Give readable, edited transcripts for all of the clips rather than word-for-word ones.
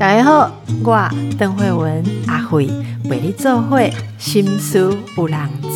大家好，我邓惠文阿惠陪你做伙心事有人知。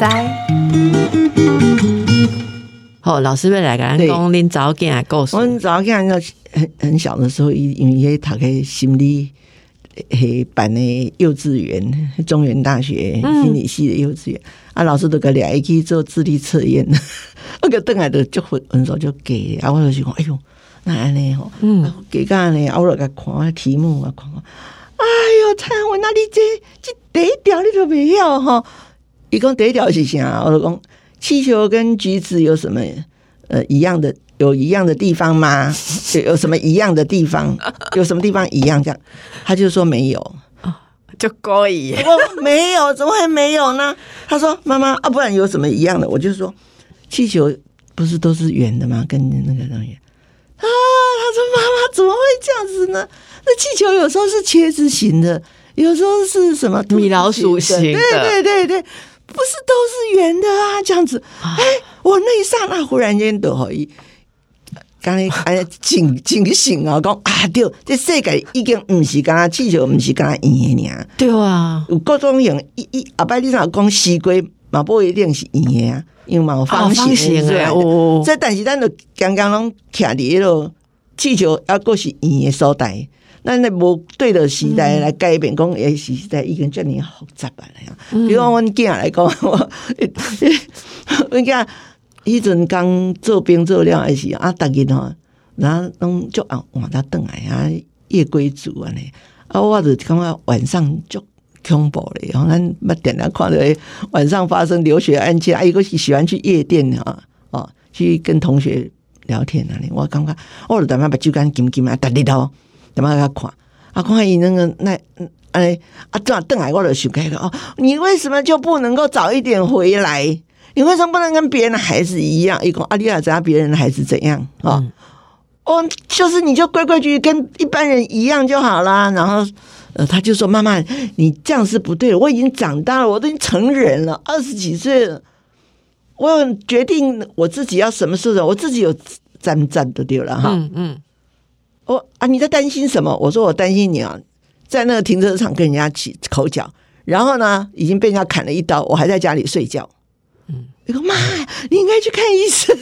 好，老师要来跟咱讲恁查某囝的故事。 阮查某囝很小的时候，因为读个心理办的幼稚园，中原大学心理系的幼稚园，老师都给俩去做智力测验，那个邓来的就分数就给，我就想，哎呦，那安尼吼，给个安尼，我就甲看题目啊，看，哎呦，蔡文那你这第一条你都袂晓吼，伊讲第一条是啥？我就讲气球跟橘子有什么一样的？有一样的地方吗？有什么一样的地方？有什么地方一样？这样，他就说没有， 就故意。 我没有，怎么会没有呢？他说妈妈不然有什么一样的？我就说气球不是都是圆的吗？跟那个东西他说妈妈怎么会这样子呢？那气球有时候是茄子型的，有时候是什么米老鼠型的， 对。不是都是圆的啊，这样子。我那一刹那忽然间都可以，刚才警醒啊，讲对，这世界已经不是干气球，不是干圆的尔。 对啊， 有各种型，后摆你若讲西瓜嘛，不一定是圆的啊，因为嘛有方形的。这但是咱就刚刚拢徛伫迄落气球，还阁是圆的所在。咱咧无对着时代来改变，讲时代已经遮尔复杂啦。比如讲，阮囝来讲，阮囝迄阵刚做兵做了的时候，逐日吼，然后拢足换他转来夜归族安尼，我就感觉晚上足恐怖咧。咱捌点点看到晚上发生流血案件，伊个是喜欢去夜店去跟同学聊天安尼，我感觉我就慢慢把酒干金金逐日吼。怎么给他看伊那个邓来我就想开个你为什么就不能够早一点回来？你为什么不能跟别人的孩子一样？一讲你也知道别人的孩子怎样就是你就规规矩矩跟一般人一样就好啦。然后他就说妈妈，你这样是不对的，我已经长大了，我都已经成人了，20几岁了，我决定我自己要什么事的，我自己有站的对了哈。你在担心什么？我说我担心你在那个停车场跟人家起口角，然后呢，已经被人家砍了一刀，我还在家里睡觉。你说妈，你应该去看医生。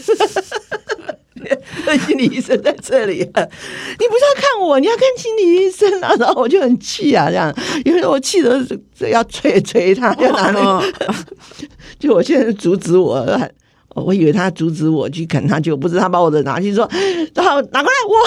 心理医生在这里，你不是要看我，你要看心理医生啊！然后我就很气啊，这样，因为我气得要捶他，要拿那个，就我现在阻止我以为他阻止我去啃他，就不知他把我的拿去说，然后拿过来我。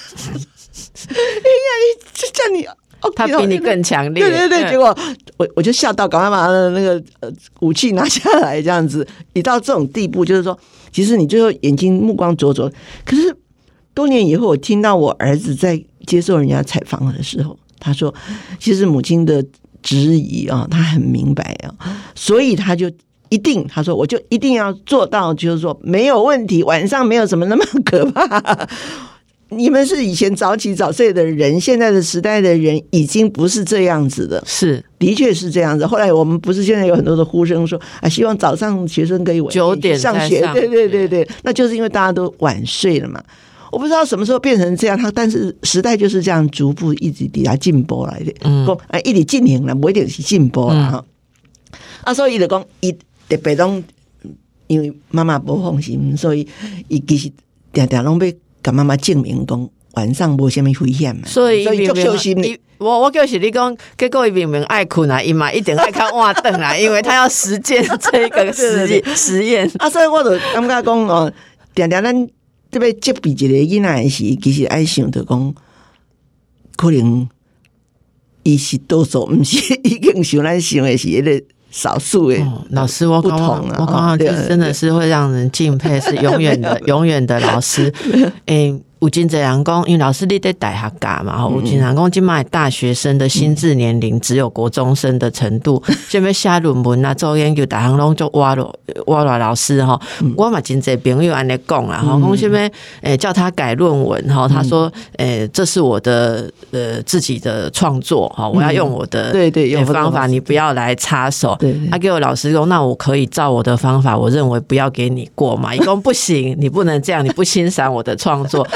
你叫你， 他比你更强烈。 对，结果我就吓到，赶快把他的那个武器拿下来，这样子。你到这种地步，就是说，其实你就眼睛目光灼灼。可是多年以后，我听到我儿子在接受人家采访的时候，他说，其实母亲的质疑他很明白所以他就。他说我就一定要做到，就是说没有问题，晚上没有什么那么可怕。你们是以前早起早睡的人，现在的时代的人已经不是这样子的， 是的确是这样子。后来我们不是现在有很多的呼声说希望早上学生可以 9点上学，对，那就是因为大家都晚睡了嘛。我不知道什么时候变成这样，但是时代就是这样逐步一直底下进步来的，一直进行了，不一定是进步了所以就讲特别拢，因为妈妈不放心，所以伊其实常常拢要跟妈妈证明讲晚上无什么危险嘛， 所以就小心。 我就是你讲，结果伊明明爱困伊嘛一定爱看晚顿因为他要实践这个实验所以我就感觉讲常常咱这边接比一个囡仔的时，其实爱想着讲，可能伊是多数，不是已经像咱想的是迄个。少数老师我刚刚真的是会让人敬佩，是永远的老师。有真侪人讲，因为老师你在大学教嘛，有真人讲，现在大学生的心智年龄只有国中生的程度，什么写论文啊、做研究，大行拢就挖落老师哈。我嘛真侪朋友安尼讲啦，讲什么叫他改论文哈，他说这是我的自己的创作哈，我要用我的方法，你不要来插手。给我老师说，那我可以照我的方法，我认为不要给你过嘛。伊讲不行，你不能这样，你不欣赏我的创作。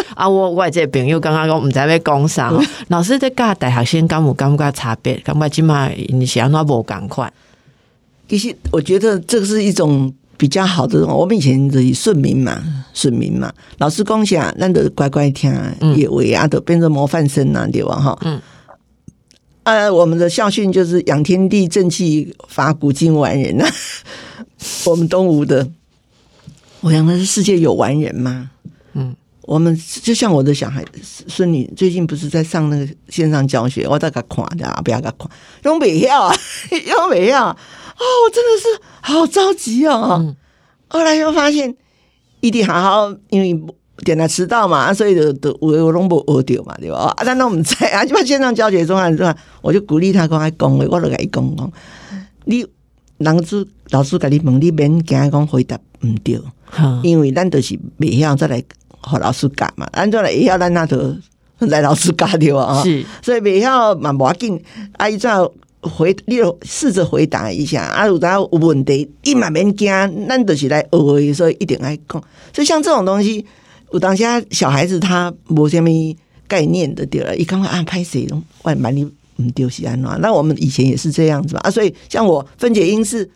啊，我这个朋友刚刚讲，唔知要讲啥。老师在教大学生，敢有感觉差别？感觉今麦你是安怎无同款？ 其实我觉得这个是一种比较好的。我们以前就是顺民嘛，老师讲啥，咱就乖乖听，也为啊，都变成模范生啊，对吧？哈，我们的校训就是养天地正气，法古今完人啊。我们东吴的，我想的是世界有完人吗？我们就像我的小孩孙女，最近不是在上那个线上教学，我在给她看的，不要给她看，用不要啊，用不要啊，我真的是好着急哦。后来又发现，一定好好，因为点来迟到嘛，所以就我拢无学到嘛，对吧？但那我们在就把线上教学中我就鼓励他讲，讲话我就跟他讲，你老师跟你问，你免惊讲回答唔对，因为咱就是未晓再来和老师教嘛，咱再来会晓咱那就来老师教对啊，所以未晓嘛无要紧，伊照你就试着回答一下，有啥有问题，你嘛免惊，咱就是来学的，所以一定爱讲。所以像这种东西，有当下小孩子他无什么概念的对了，一看拍谁拢万蛮你唔丢是安怎？那我们以前也是这样子嘛所以像我分解音是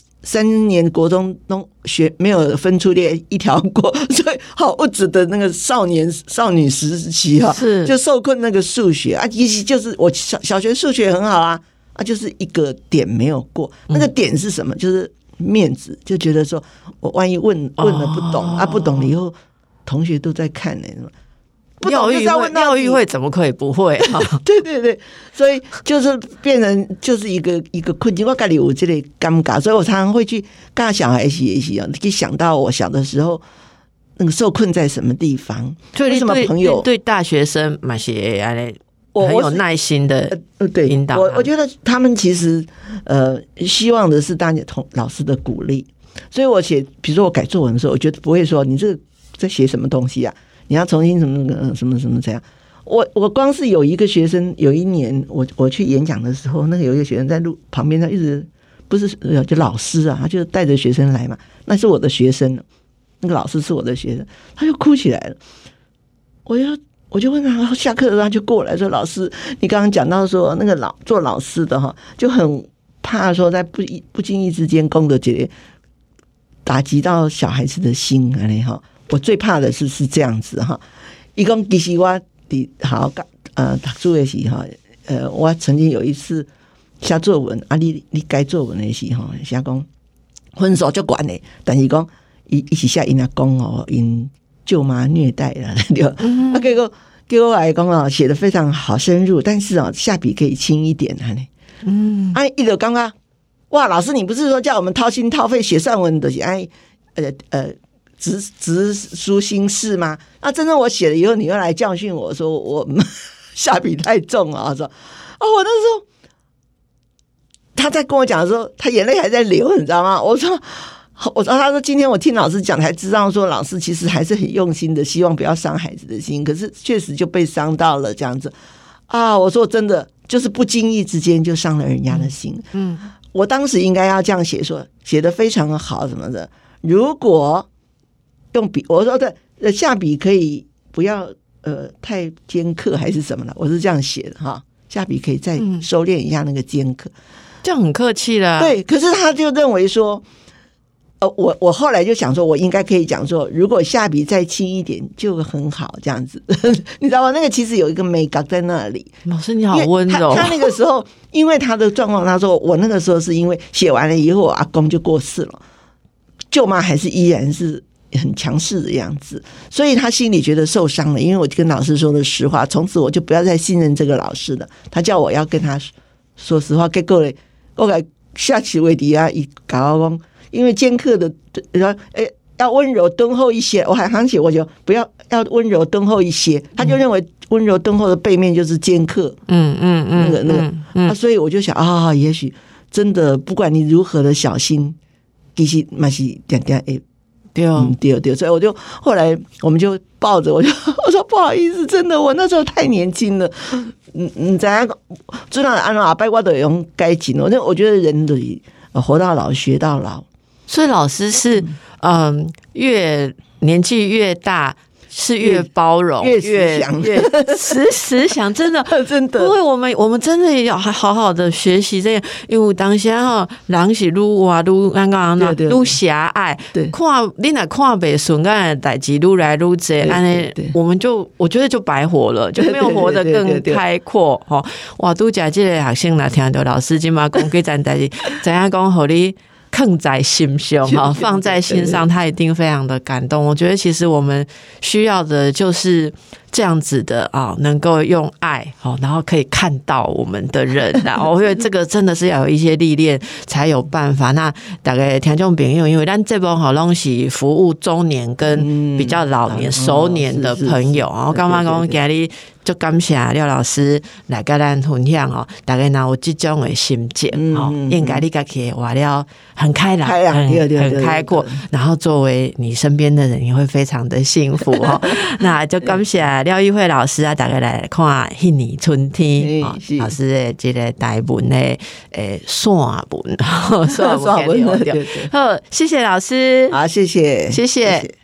3年国中都学没有分出列一条过，所以好物质的那个少女时期就受困那个数学啊，其实就是我小学数学很好啊，就是一个点没有过，那个点是什么？就是面子，就觉得说我万一问了不懂不懂了以后同学都在看呢。 教育会怎么可以不会对对对，所以就是变成就是一个困境。我家里有这类尴尬，所以我常常会去跟小孩学习去想到我小的时候那个受困在什么地方。 为什么朋友对大学生蛮些很有耐心的引导？ 我觉得他们其实希望的是大家老师的鼓励，所以我比如说我改作文的时候，我觉得不会说你这个在写什么东西啊。你要重新什么这样？我光是有一个学生，有一年我去演讲的时候，那个有一个学生在路旁边，他一直不是就老师啊，他就带着学生来嘛，那是我的学生，那个老师是我的学生，他就哭起来了。我就问他，下课的时候他就过来说：“老师，你刚刚讲到说那个做老师的就很怕说在不经意之间功德节打击到小孩子的心我最怕的是这样子他说其实我好读书的时我曾经有一次写作文你改作文的时写讲分数很高的，但是讲他是写他阿公因舅妈虐待了对结果来讲写得非常好深入，但是下笔可以轻一点他就刚刚哇老师你不是说叫我们掏心掏肺写算文的直抒心事吗？那真正我写了以后，你又来教训我说我下笔太重了。说我那时候他在跟我讲的时候，他眼泪还在流，你知道吗？我说他说今天我听老师讲才知道，说老师其实还是很用心的，希望不要伤孩子的心，可是确实就被伤到了这样子我说真的就是不经意之间就伤了人家的心。我当时应该要这样写，说写得非常好什么的，如果用笔，我说的下笔可以不要太尖刻还是什么的，我是这样写的下笔可以再收敛一下那个尖刻， 这样很客气啦。 对，可是他就认为说我后来就想说我应该可以讲说如果下笔再轻一点就很好这样子你知道吗？那个其实有一个美感在那里。 老师你好温柔。 他那个时候因为他的状况，他说我那个时候是因为写完了以后阿公就过世了，舅妈还是依然是很强势的样子，所以他心里觉得受伤了。因为我跟老师说了实话，从此我就不要再信任这个老师了。他叫我要跟他说实话，结果呢，我给下起为敌啊，一搞讲，因为尖刻的要温柔敦厚一些，我还想写我就不要温柔敦厚一些，他就认为温柔敦厚的背面就是尖刻。所以我就想也许真的不管你如何的小心，其实嘛是点点对，所以我就后来我们就抱着我说不好意思，真的我那时候太年轻了，怎样知道按阿伯我都用该紧了。我觉得人的活到老学到老， 所以老师是越年纪越大是越包容越慈祥，真的真的， 因为我们真的也要好好的学习这样，因为当下哈人是愈活愈刚刚那愈狭隘，看你若看不顺干的代志愈来愈多，安尼我觉得就白活了，就没有活得更开阔哈。哇，拄讲这个学生来听到老师今嘛讲这件代志，怎样讲好你。刻在心上哈，放在心上，他一定非常的感动。我觉得其实我们需要的就是这样子的啊，能够用爱然后可以看到我们的人，然后因为这个真的是要有一些历练才有办法。那大概听众朋友，因为咱这帮好东西服务中年跟比较老年熟年的朋友，然后刚刚讲今日就感谢廖老师来跟咱分享大概有这种的心情应该你自己话了很开朗，很开阔，然后作为你身边的人也会非常的幸福那就感谢廖玉慧老师啊，大家来看迄年春天老师的这个台文的散文，散文好，谢谢老师， 好，谢谢。